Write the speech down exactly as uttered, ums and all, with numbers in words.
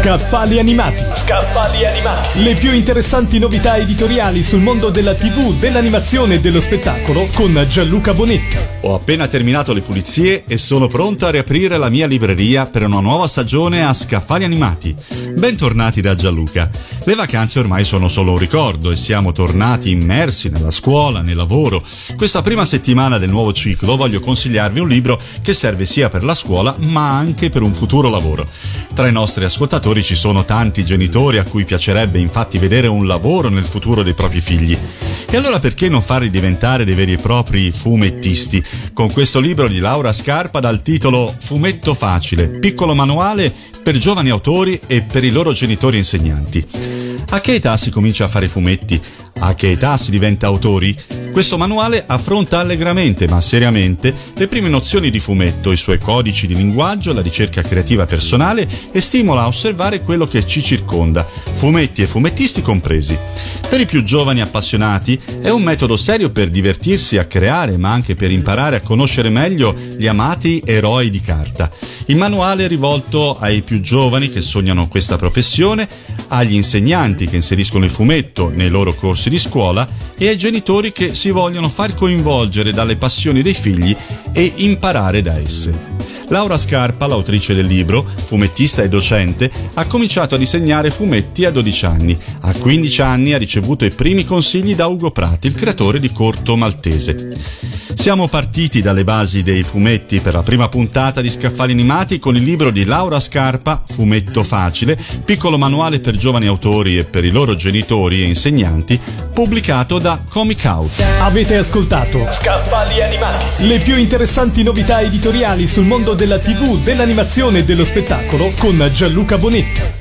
Scaffali animati. Scaffali animati. Le più interessanti novità editoriali sul mondo della tivù, dell'animazione e dello spettacolo con Gianluca Bonetti. Ho appena terminato le pulizie e sono pronto a riaprire la mia libreria per una nuova stagione a Scaffali animati. Bentornati da Gianluca. Le vacanze ormai sono solo un ricordo e siamo tornati immersi nella scuola, nel lavoro. Questa prima settimana del nuovo ciclo voglio consigliarvi un libro che serve sia per la scuola ma anche per un futuro lavoro. Tra i nostri ascoltatori ci sono tanti genitori a cui piacerebbe infatti vedere un lavoro nel futuro dei propri figli. E allora perché non farli diventare dei veri e propri fumettisti? Con questo libro di Laura Scarpa dal titolo Fumetto facile, piccolo manuale per giovani autori e per i loro genitori insegnanti. A che età si comincia a fare fumetti? A che età si diventa autori? Questo manuale affronta allegramente ma seriamente le prime nozioni di fumetto, i suoi codici di linguaggio, la ricerca creativa personale e stimola a osservare quello che ci circonda, fumetti e fumettisti compresi. Per i più giovani appassionati è un metodo serio per divertirsi a creare ma anche per imparare a conoscere meglio gli amati eroi di carta. Il manuale è rivolto ai più giovani che sognano questa professione, agli insegnanti che inseriscono il fumetto nei loro corsi di scuola e ai genitori che si vogliono far coinvolgere dalle passioni dei figli e imparare da esse. Laura Scarpa, l'autrice del libro, fumettista e docente, ha cominciato a disegnare fumetti a dodici anni. A quindici anni ha ricevuto i primi consigli da Ugo Prati, il creatore di Corto Maltese. Siamo partiti dalle basi dei fumetti per la prima puntata di Scaffali animati con il libro di Laura Scarpa, Fumetto facile, piccolo manuale per giovani autori e per i loro genitori e insegnanti, pubblicato da Comic Out. Avete ascoltato Scaffali animati. le più interessanti novità editoriali sul mondo della tivù, dell'animazione e dello spettacolo con Gianluca Bonetti.